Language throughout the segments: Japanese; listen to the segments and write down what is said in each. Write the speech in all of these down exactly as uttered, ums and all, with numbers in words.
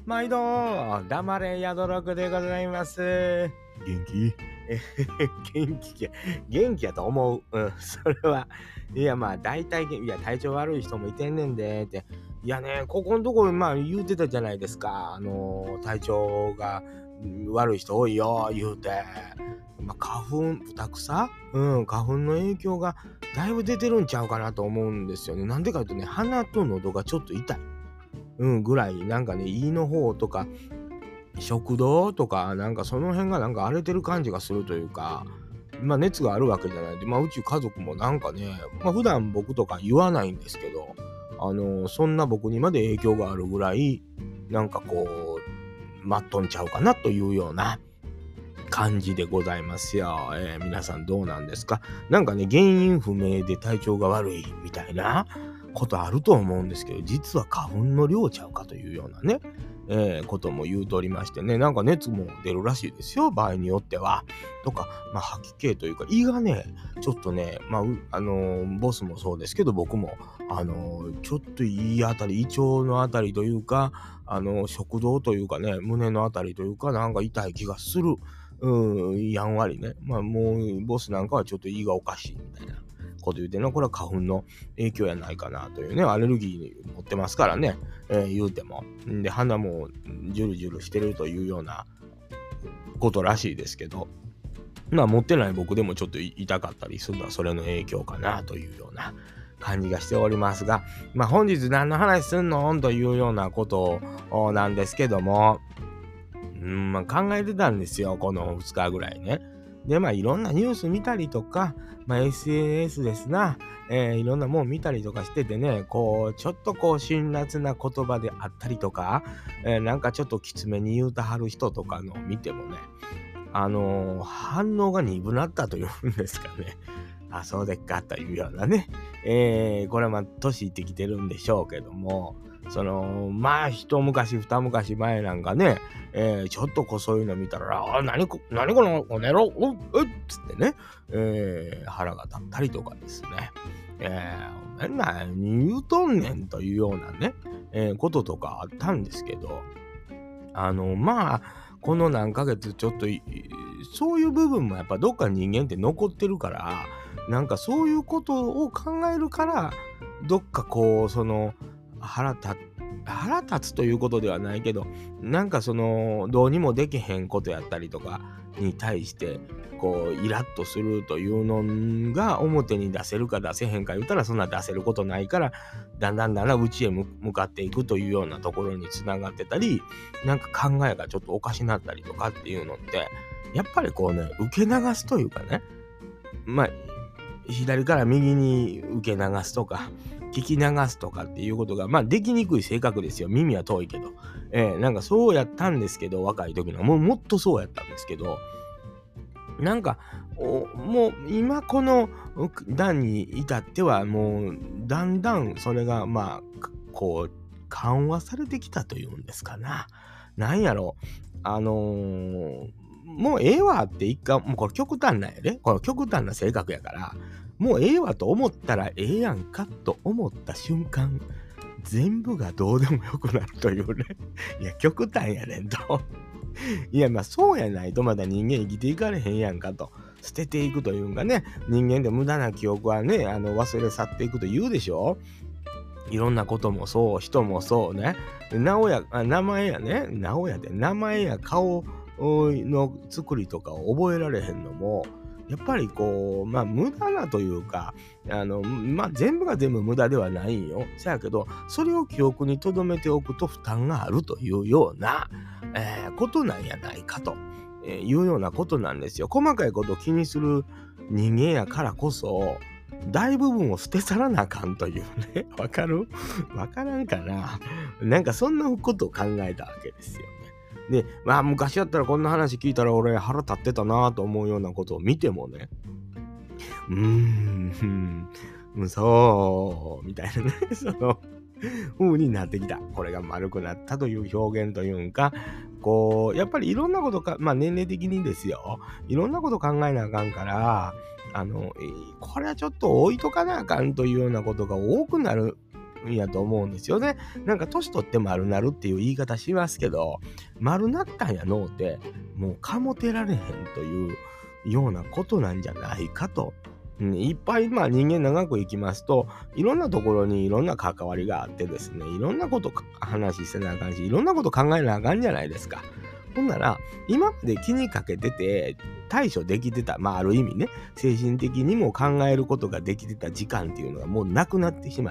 毎度黙れ宿六でございます。元気え元気や元気やと思う。うん、それは。いや、まあ、大体、いや、体調悪い人もいてんねんで、って。いやね、ここのところ、まあ、言うてたじゃないですか。あの、体調が悪い人多いよ、言うて。まあ、花粉、豚草うん、花粉の影響がだいぶ出てるんちゃうかなと思うんですよね。なんでかというとね、鼻と喉がちょっと痛い。うん、ぐらい、なんかね、胃の方とか、食道とか、なんかその辺がなんか荒れてる感じがするというか、まあ熱があるわけじゃないで、まあうち家族もなんかね、まあ普段僕とか言わないんですけど、あの、そんな僕にまで影響があるぐらい、なんかこう、待っとんちゃうかなというような感じでございますよ。えー、皆さんどうなんですか？なんかね、原因不明で体調が悪いみたいなことあると思うんですけど、実は花粉の量ちゃうかというようなね、えー、ことも言うとおりましてね、なんか熱も出るらしいですよ、場合によっては。とか、まあ吐き気というか、胃がね、ちょっとね、まあ、あのー、ボスもそうですけど、僕も、あのー、ちょっと胃あたり、胃腸のあたりというか、あのー、食道というかね、胸のあたりというか、なんか痛い気がする。うん、やんわりね。まあもう、ボスなんかはちょっと胃がおかしいみたいなこと言うてね、これは花粉の影響やないかなというね、アレルギー持ってますからね、えー、言うても。で、鼻もジュルジュルしてるというようなことらしいですけど、まあ持ってない僕でもちょっと痛かったりするのはそれの影響かなというような感じがしておりますが、まあ本日何の話すんのというようなことなんですけども、うん、まあ、考えてたんですよ、このふつかぐらいね。で、まあいろんなニュース見たりとか、まあ エスエヌエス ですな、えー、いろんなもん見たりとかしててね、こう、ちょっとこう、辛辣な言葉であったりとか、えー、なんかちょっときつめに言うたはる人とかのを見てもね、あのー、反応が鈍なったというんですかね。あ、そうでっかというようなね。えー、これはまあ、年いってきてるんでしょうけども、その、まあ、一昔二昔前なんかね、えー、ちょっとこうそういうの見たら、あ、何こ、何この、この野郎、うっ、うっつってね、えー、腹が立ったりとかですね。えー、何言うとんねんというようなね、えー、こととかあったんですけど、あの、まあ、この何ヶ月ちょっと、そういう部分もやっぱどっか人間って残ってるから、なんかそういうことを考えるから、どっかこう、その、腹立腹立つということではないけど、なんかそのどうにもできへんことやったりとかに対してこうイラッとするというのが表に出せるか出せへんか言ったらそんな出せることないから、だんだんだんだん内へ向かっていくというようなところにつながってたり、なんか考えがちょっとおかしなったりとかっていうのってやっぱりこうね、受け流すというかね、まあ左から右に受け流すとか聞き流すとかっていうことがまあできにくい性格ですよ。耳は遠いけど、えー、なんかそうやったんですけど、若い時のもうもっとそうやったんですけど、なんかもう今この段に至ってはもうだんだんそれがまあこう緩和されてきたというんですかな。なんやろあのーもうええわって一回、もうこれ極端なんやで。この極端な性格やから、もうええわと思ったらええやんかと思った瞬間、全部がどうでもよくなるというね。いや、極端やねんと。いや、まあそうやないとまだ人間生きていかれへんやんかと。捨てていくというんかね、人間で無駄な記憶はね、あの忘れ去っていくと言うでしょ。いろんなこともそう、人もそうね。なおや、名前やね、なおやで、名前や顔の作りとかを覚えられへんのも、やっぱりこう、まあ無駄なというか、あの、まあ全部が全部無駄ではないんよ。せやけど、それを記憶に留めておくと負担があるというような、えー、ことなんやないかと、えー、いうようなことなんですよ。細かいことを気にする人間やからこそ、大部分を捨て去らなあかんというね。わかる？わからんかな。なんかそんなことを考えたわけですよね。で、まあ昔やったらこんな話聞いたら俺腹立ってたなと思うようなことを見てもね、うーん、うん、そう、みたいなね、その、風になってきた。これが丸くなったという表現というんか、こう、やっぱりいろんなことか、まあ年齢的にですよ、いろんなこと考えなあかんから、あの、これはちょっと置いとかなあかんというようなことが多くなるんやと思うんですよね。なんか年取って丸なるっていう言い方しますけど、丸なったんやのうて、もうかもてられへんというようなことなんじゃないかと。うん、いっぱいまあ人間長く生きますと、いろんなところにいろんな関わりがあってですね、いろんなこと話せなあかんし、いろんなこと考えなあかんじゃないですか。ほんなら、今まで気にかけてて対処できてた、まあある意味ね、精神的にも考えることができてた時間っていうのがもうなくなってしまって、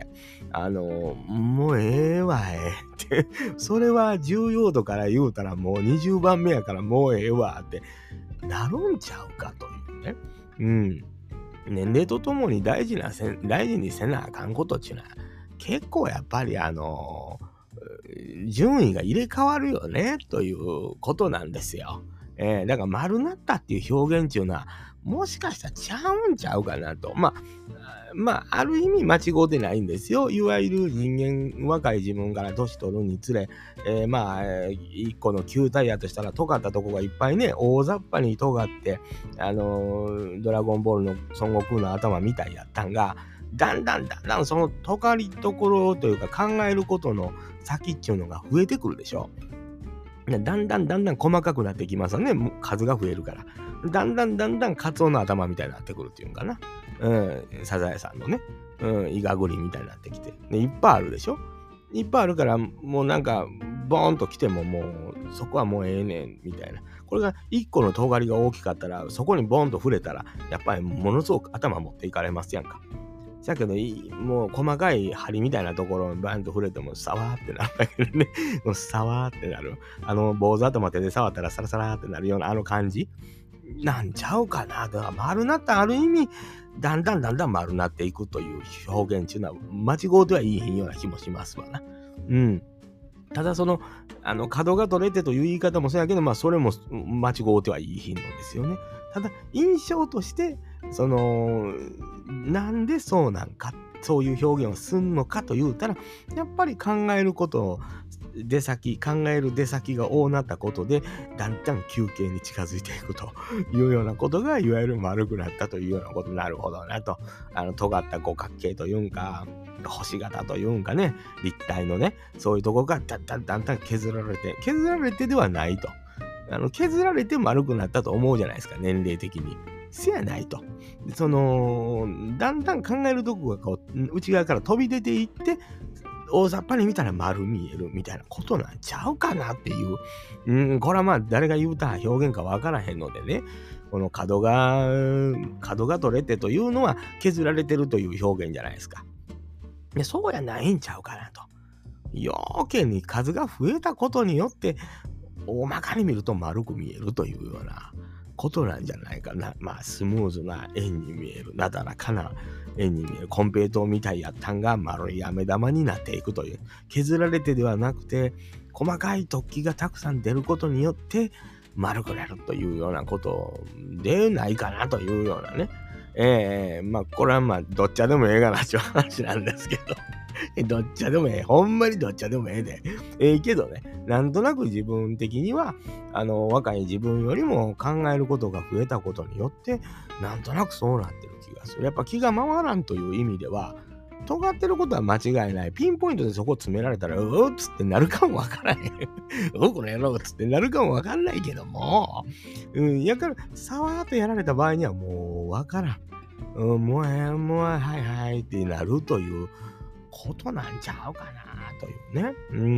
あのもうええわええって、それは重要度から言うたらもうにじゅうばんめやからもうええわってなるんちゃうかというね。うん。年齢とともに大事なせ大事にせなあかんことっていうのは結構やっぱりあの順位が入れ替わるよねということなんですよ。えー、だから丸なったっていう表現っていうのはもしかしたらちゃうんちゃうかなと。まあまあある意味間違うてないんですよ。いわゆる人間若い自分から年取るにつれ、えー、まあ一個の球体やとしたら尖ったとこがいっぱいね大雑把に尖ってあのー、ドラゴンボールの孫悟空の頭みたいやったんがだんだんだんだんその尖りところというか考えることの先っていうのが増えてくるでしょ。だんだんだんだん細かくなってきますよね。数が増えるから。だんだんだんだんカツオの頭みたいになってくるっていうんかな。うん、サザエさんのね、うん、イガグリみたいになってきて。で、いっぱいあるでしょ。いっぱいあるから、もうなんか、ボーンと来てももう、そこはもうええねん、みたいな。これがいっこの尖りが大きかったら、そこにボーンと触れたら、やっぱりものすごく頭持っていかれますやんか。だけど、もう細かい針みたいなところにバーンと触れても、サワーってなるんだけどね。もうサワーってなる。あの、坊主頭手で触ったらサラサラってなるようなあの感じなんちゃうかな。だから丸なったある意味、だんだんだんだん丸なっていくという表現っていうのは間違うてはいいへんような気もしますわな。うん。ただその、あの、角が取れてという言い方もそうやけど、まあそれも間違うてはいいひんのですよね。ただ印象として、その、なんでそうなんか、そういう表現をすんのかと言うたら、やっぱり考えることを出先、考える出先が多なったことで、だんだん休憩に近づいていくというようなことが、いわゆる丸くなったというようなことになるほどなと。あの、尖った五角形というんか、星型というんかね、立体のね、そういうとこがだんだんだんだん削られて、削られてではないと。あの削られて丸くなったと思うじゃないですか、年齢的に。せやないと。その、だんだん考えるとこがこう内側から飛び出ていって、大雑把に見たら丸見えるみたいなことなんちゃうかなっていう。うん、これはまあ誰が言うた表現かわからへんのでね、この角が、角が取れてというのは削られてるという表現じゃないですか。でそうやないんちゃうかなと。要件に数が増えたことによって、大まかに見ると丸く見えるというようなことなんじゃないかな。まあ、スムーズな円に見える、なだらかな円に見える、コンペイトーみたいやったんが丸い飴玉になっていくという、削られてではなくて、細かい突起がたくさん出ることによって、丸くなるというようなことでないかなというようなね。ええー、まあ、これはまあ、どっちでもええがなっていう話なんですけど。どっちでもええ。ほんまにどっちでもええで。ええけどね、なんとなく自分的には、あの、若い自分よりも考えることが増えたことによって、なんとなくそうなってる気がする。やっぱ気が回らんという意味では、尖ってることは間違いない。ピンポイントでそこ詰められたら、うーっつってなるかもわからへん。おこの野郎っつってなるかもわかんないけども、うん、やから、さわーっとやられた場合にはもうわからん。うん、もうええ、もうはいはいってなるということなんちゃうかなというね。うん。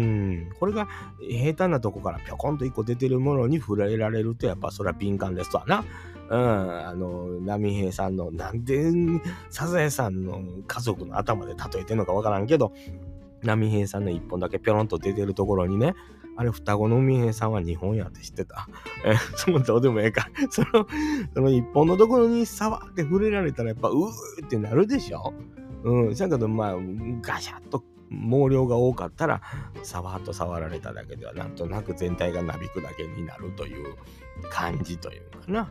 これが平坦なとこからぴょこんと一個出てるものに触れられると、やっぱそれは敏感ですわな。うん。あの、波平さんの、なんでサザエさんの家族の頭で例えてんのかわからんけど、波平さんの一本だけぴょろんと出てるところにね、あれ双子の海平さんは日本やって知ってた。え、そのどうでもええか。その、その一本のところに触って触れられたらやっぱうーってなるでしょ。うん。だけどまあ、ガシャッと毛量が多かったら、さわっと触られただけではなんとなく全体がなびくだけになるという感じというかな。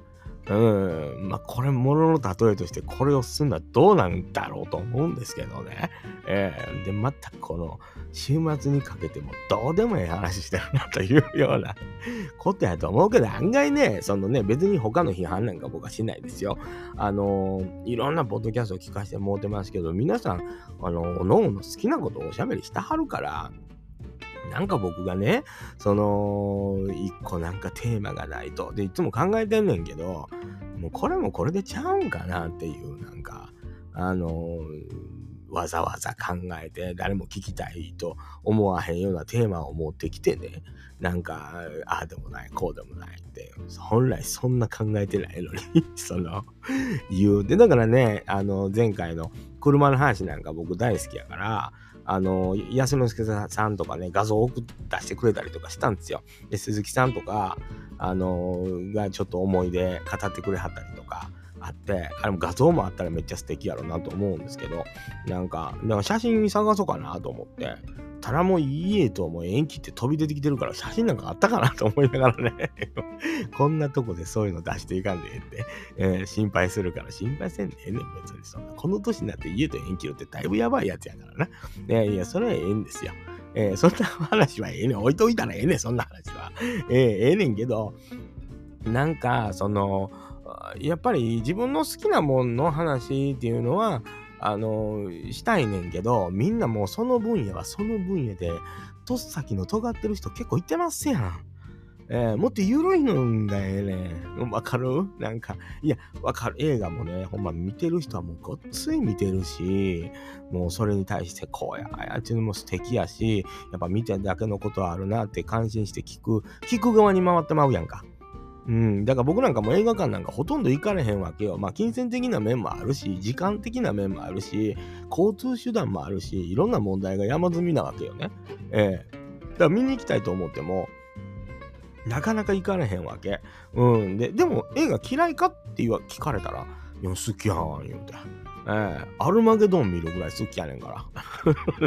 うん、まあこれものの例えとしてこれをすんのはどうなんだろうと思うんですけどね。えー、でまたこの週末にかけてもどうでもいい話してるなというようなことやと思うけど、案外ね、そのね、別に他の批判なんか僕はしないですよ。あのー、いろんなポッドキャストを聞かせてもらってますけど、皆さん、あのー、脳の好きなことをおしゃべりしてはるから、なんか僕がね、その、一個なんかテーマがないと。で、いつも考えてんねんけど、もうこれもこれでちゃうんかなっていう、なんか、あのーわざわざ考えて誰も聞きたいと思わへんようなテーマを持ってきてね、なんか、ああでもない、こうでもないって、本来そんな考えてないのに、その、言う。で、だからね、あの、前回の車の話なんか僕大好きやから、あの、安之助さんとかね、画像を送出してくれたりとかしたんですよ。で、鈴木さんとか、あの、がちょっと思い出語ってくれはったりとかあって、あれも画像もあったらめっちゃ素敵やろなと思うんですけど、なんか、だから写真探そうかなと思って、ただもう家ともう延期って飛び出てきてるから写真なんかあったかなと思いながらね、こんなとこでそういうの出していかんでええって、えー、心配するから心配せんでええねん別にそんな。この年になって家と延期るってだいぶやばいやつやからな。いやいや、それはええんですよ。えー、そんな話はええねん。置いといたらええねん、そんな話は。えー、ええねんけど、なんか、その、やっぱり自分の好きなもんの話っていうのは、あの、したいねんけど、みんなもうその分野はその分野で、とっさきの尖ってる人結構いてますやん。えー、もっと緩いのがええねん。わかる？なんか、いや、わかる。映画もね、ほんま見てる人はもうごっつい見てるし、もうそれに対してこうや、あやっていうのも素敵やし、やっぱ見てるだけのことはあるなって感心して聞く、聞く側に回ってまうやんか。うん、だから僕なんかも映画館なんかほとんど行かれへんわけよ。まあ金銭的な面もあるし、時間的な面もあるし、交通手段もあるし、いろんな問題が山積みなわけよね。ええだから見に行きたいと思っても、なかなか行かれへんわけ。うん。で、でも映画嫌いかって言わ聞かれたら、いや、好きやん、言うて。ええアルマゲドン見るぐらい好きやねんから。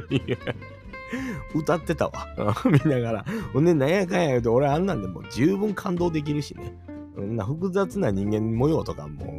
いや歌ってたわ。見ながら。ほんで、なんやかんや言うと、俺あんなんでもう十分感動できるしね。そんな複雑な人間模様とかも、うん、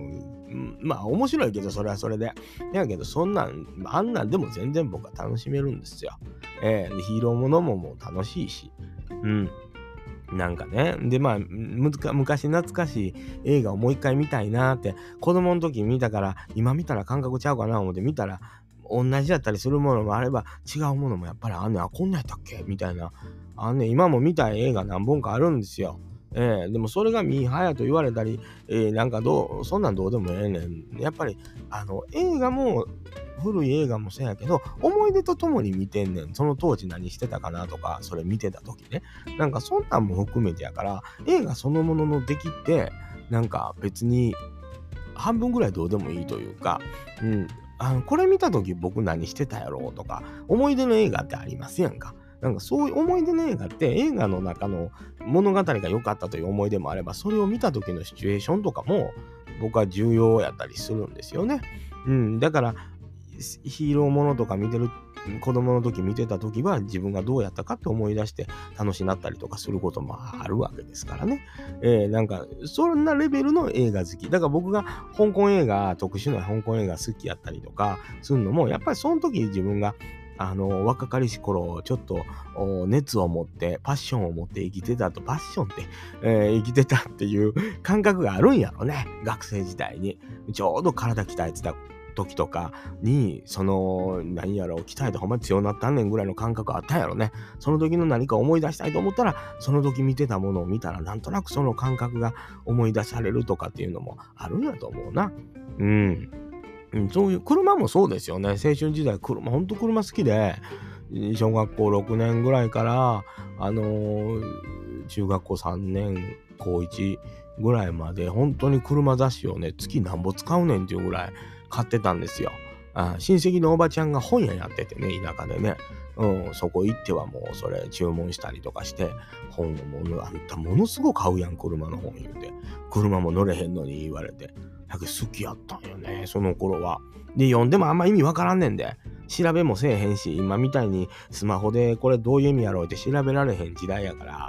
まあ面白いけど、それはそれで。やけど、そんなん、あんなんでも全然僕は楽しめるんですよ。ええヒーローものももう楽しいし。うん。なんかね。で、まあ、むずか昔懐かしい映画をもう一回見たいなって、子供の時見たから、今見たら感覚ちゃうかな思って見たら、同じだったりするものもあれば、違うものもやっぱりあんねん。あ、こんなんやったっけみたいな。あんねん、今も見たい映画何本かあるんですよ。ええでもそれがミーハーやと言われたり、えー、なんかどう、そんなんどうでもええねん。やっぱり、あの、映画も、古い映画もそうやけど、思い出とともに見てんねん。その当時何してたかなとか、それ見てた時ね。なんかそんなんも含めてやから、映画そのものの出来って、なんか別に半分ぐらいどうでもいいというか、うん、あのこれ見た時僕何してたやろうとか、思い出の映画ってありますやんか。なんかそういう思い出の映画って映画の中の物語が良かったという思い出もあれば、それを見た時のシチュエーションとかも僕は重要やったりするんですよね。うん、だからヒーローものとか見てる子供の時見てた時は自分がどうやったかって思い出して楽しなったりとかすることもあるわけですからね。えー、なんかそんなレベルの映画好き。だから僕が香港映画、特殊な香港映画好きやったりとかするのも、やっぱりその時自分があの若かりし頃ちょっと熱を持ってパッションを持って生きてたと、パッションって、えー、生きてたっていう感覚があるんやろね。学生時代にちょうど体鍛えてた時とかに、その何やろ鍛えてほんまに強なったんねんぐらいの感覚あったんやろね。その時の何か思い出したいと思ったら、その時見てたものを見たらなんとなくその感覚が思い出されるとかっていうのもあるんやと思うな。うんそういう車もそうですよね。青春時代車ほんと車好きで、小学校ろくねんぐらいからあのー、中学校さんねん高いちぐらいまで本当に車雑誌をね月なんぼ使うねんっていうぐらい買ってたんですよ。あ親戚のおばちゃんが本屋やっててね、田舎でね、うん、そこ行ってはもうそれ注文したりとかして本をものあんたものすごく買うやん車の本言うて、車も乗れへんのに言われて、だけど好きやったんよねその頃は。で読んでもあんま意味わからんねんで、調べもせえへんし、今みたいにスマホでこれどういう意味やろうって調べられへん時代やから、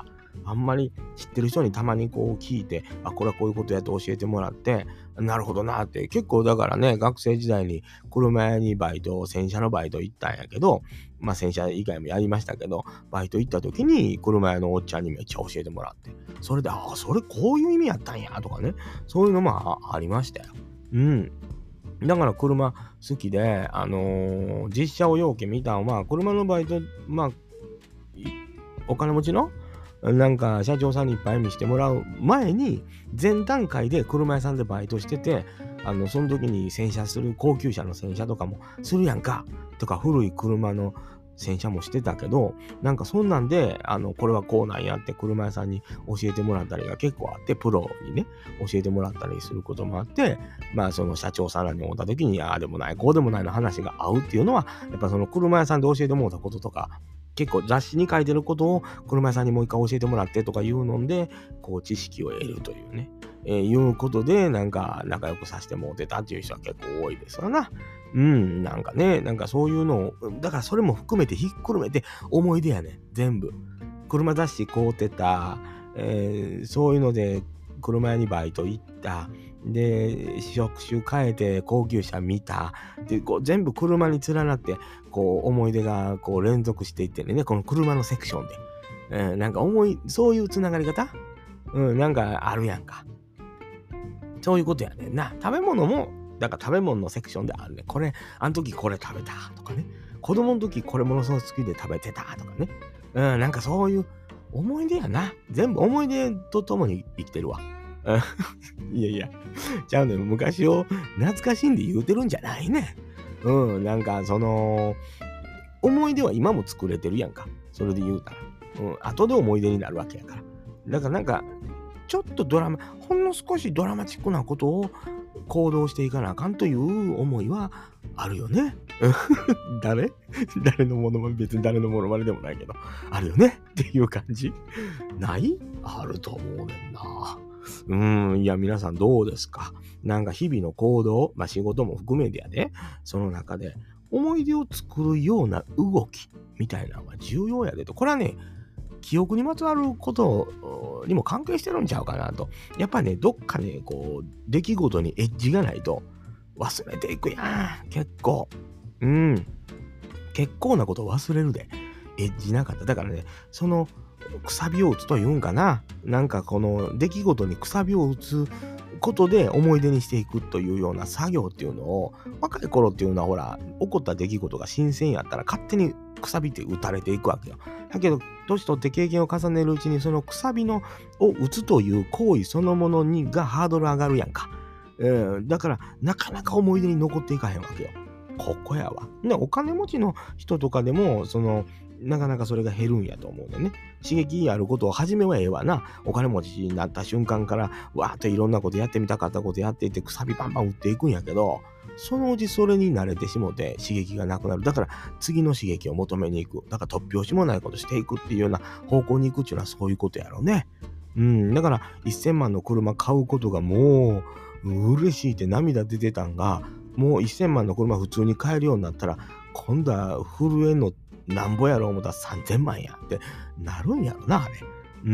あんまり知ってる人にたまにこう聞いて、あ、これはこういうことやって教えてもらって、なるほどなって、結構だからね、学生時代に車屋にバイト、洗車のバイト行ったんやけど、まあ洗車以外もやりましたけど、バイト行った時に車屋のおっちゃんにめっちゃ教えてもらって、それで、あ、それこういう意味やったんやとかね、そういうのも あ, ありましたよ。うん。だから車好きで、あのー実車をようけ見たんは、車のバイト、まあ、いお金持ちのなんか社長さんにいっぱい見してもらう前に、前段階で車屋さんでバイトしてて、あのその時に洗車する高級車の洗車とかもするやんかとか、古い車の洗車もしてたけど、なんかそんなんで、あのこれはこうなんやって車屋さんに教えてもらったりが結構あって、プロにね教えてもらったりすることもあって、まあその社長さんらに会った時に、ああでもないこうでもないの話が合うっていうのは、やっぱその車屋さんで教えてもらったこととか、結構雑誌に書いてることを車屋さんにもう一回教えてもらってとかいうので、こう知識を得るというね、えー、いうことでなんか仲良くさせてもらってたっていう人は結構多いですわな。うん、なんかね、なんかそういうのを、だからそれも含めてひっくるめて思い出やね、全部。車雑誌買うてた、えー、そういうので車屋にバイト行った。で、職種変えて高級車見た。で、こう全部車に連なって、こう思い出がこう連続していってね、この車のセクションで。うん、なんか思い、そういうつながり方うん、なんかあるやんか。そういうことやねんな。食べ物も、だから食べ物のセクションであるね。これ、あの時これ食べたとかね。子供の時これものすごく好きで食べてたとかね。うん、なんかそういう思い出やな。全部思い出とともに生きてるわ。いやいや、ちゃうねん。昔を懐かしんで言うてるんじゃないね。うん、なんかその、思い出は今も作れてるやんか。それで言うたら。うん、後で思い出になるわけやから。だからなんか、ちょっとドラマ、ほんの少しドラマチックなことを行動していかなあかんという思いはあるよね。誰誰のものまね、別に誰のものまねでもないけど、あるよねっていう感じ。ないあると思うねんな。うーん、いや、皆さんどうですか？なんか日々の行動、まあ仕事も含めてやで、その中で思い出を作るような動きみたいなのが重要やでと。これはね、記憶にまつわることにも関係してるんちゃうかなと。やっぱね、どっかね、こう、出来事にエッジがないと忘れていくやん。結構。うん。結構なこと忘れるで。エッジなかった。だからね、その、くさびを打つと言うんかな。なんかこの出来事にくさびを打つことで思い出にしていくというような作業っていうのを、若い頃っていうのはほら、起こった出来事が新鮮やったら勝手にくさびって打たれていくわけよ。だけど、年取って経験を重ねるうちにそのくさびのを打つという行為そのものにがハードル上がるやんか。うん、だからなかなか思い出に残っていかへんわけよ。ここやわ。で、お金持ちの人とかでも、その、なかなかそれが減るんやと思うねんね。刺激あることを始めはええわな。お金持ちになった瞬間から、わーっといろんなことやってみたかったことやっていって、くさびバンバン打っていくんやけど、そのうちそれに慣れてしもて刺激がなくなる。だから次の刺激を求めに行く。だから突拍子もないことしていくっていうような方向に行くっていうのはそういうことやろうね。うん。だからせんまんの車買うことがもう嬉しいって涙出てたんが、もうせんまんの車普通に買えるようになったら、今度は震えんのなんぼやろう思ったらさんぜんまんやってなるんやろな、あれ。うん。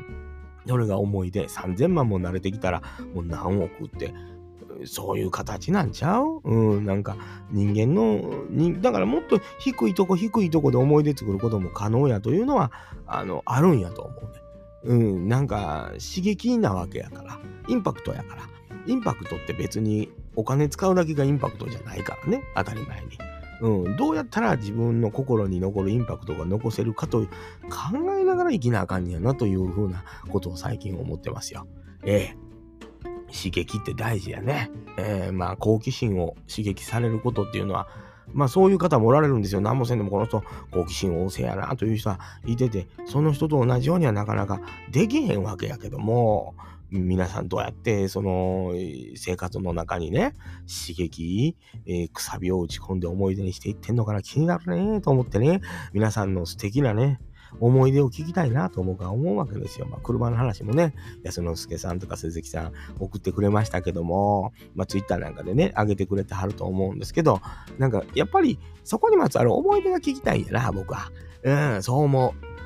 それが思い出。さんぜんまんも慣れてきたら、もう何億って、そういう形なんちゃう？うん、なんか人間の、にだからもっと低いとこ低いとこで思い出作ることも可能やというのは、あの、あるんやと思うね。うん、なんか刺激なわけやから、インパクトやから。インパクトって別にお金使うだけがインパクトじゃないからね、当たり前に。うん、どうやったら自分の心に残るインパクトが残せるかと考えながら生きなあかんやなというふうなことを最近思ってますよ。ええ。刺激って大事やね。えー、まあ好奇心を刺激されることっていうのは、まあそういう方もおられるんですよ。何もせんでもこの人好奇心旺盛やなという人はいてて、その人と同じようにはなかなかできへんわけやけども、皆さんどうやってその生活の中にね、刺激、えー、くさびを打ち込んで思い出にしていってんのかな、気になるねと思ってね、皆さんの素敵なね、思い出を聞きたいなと僕は思うわけですよ。まあ、車の話もね、安之助さんとか鈴木さん送ってくれましたけども、まあ、ツイッターなんかでね、上げてくれてはると思うんですけど、なんか、やっぱり、そこにまつわる思い出が聞きたいんやな、僕は。うん、そう思う。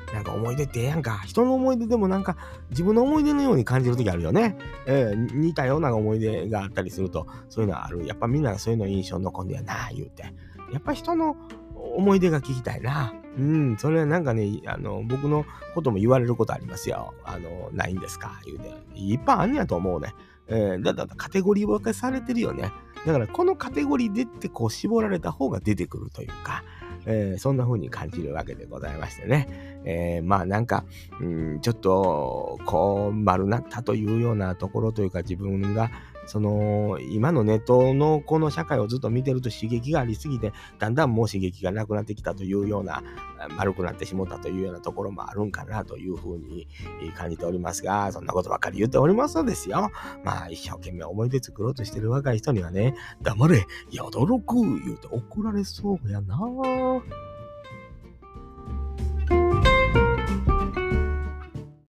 なんか思い出ってええやんか。人の思い出でもなんか自分の思い出のように感じるときあるよね。えー、似たような思い出があったりすると、そういうのはある。やっぱみんながそういうの印象残んねやな、言うて。やっぱ人の思い出が聞きたいな。うん、それはなんかね、あの、僕のことも言われることありますよ。あの、ないんですか言うて。いっぱいあんねやと思うね。えー、だからカテゴリー分けされてるよね。だからこのカテゴリーでってこう絞られた方が出てくるというか、えー、そんな風に感じるわけでございましてね。えー、まあなんか、うん、ちょっとこう丸なったというようなところというか、自分がその今のネットのこの社会をずっと見てると刺激がありすぎて、だんだんもう刺激がなくなってきたというような、丸くなってしもったというようなところもあるんかなというふうに感じておりますが、そんなことばっかり言っておりますのですよ。まあ一生懸命思い出作ろうとしてる若い人にはね、黙れ、やどろく言うて怒られそうやな。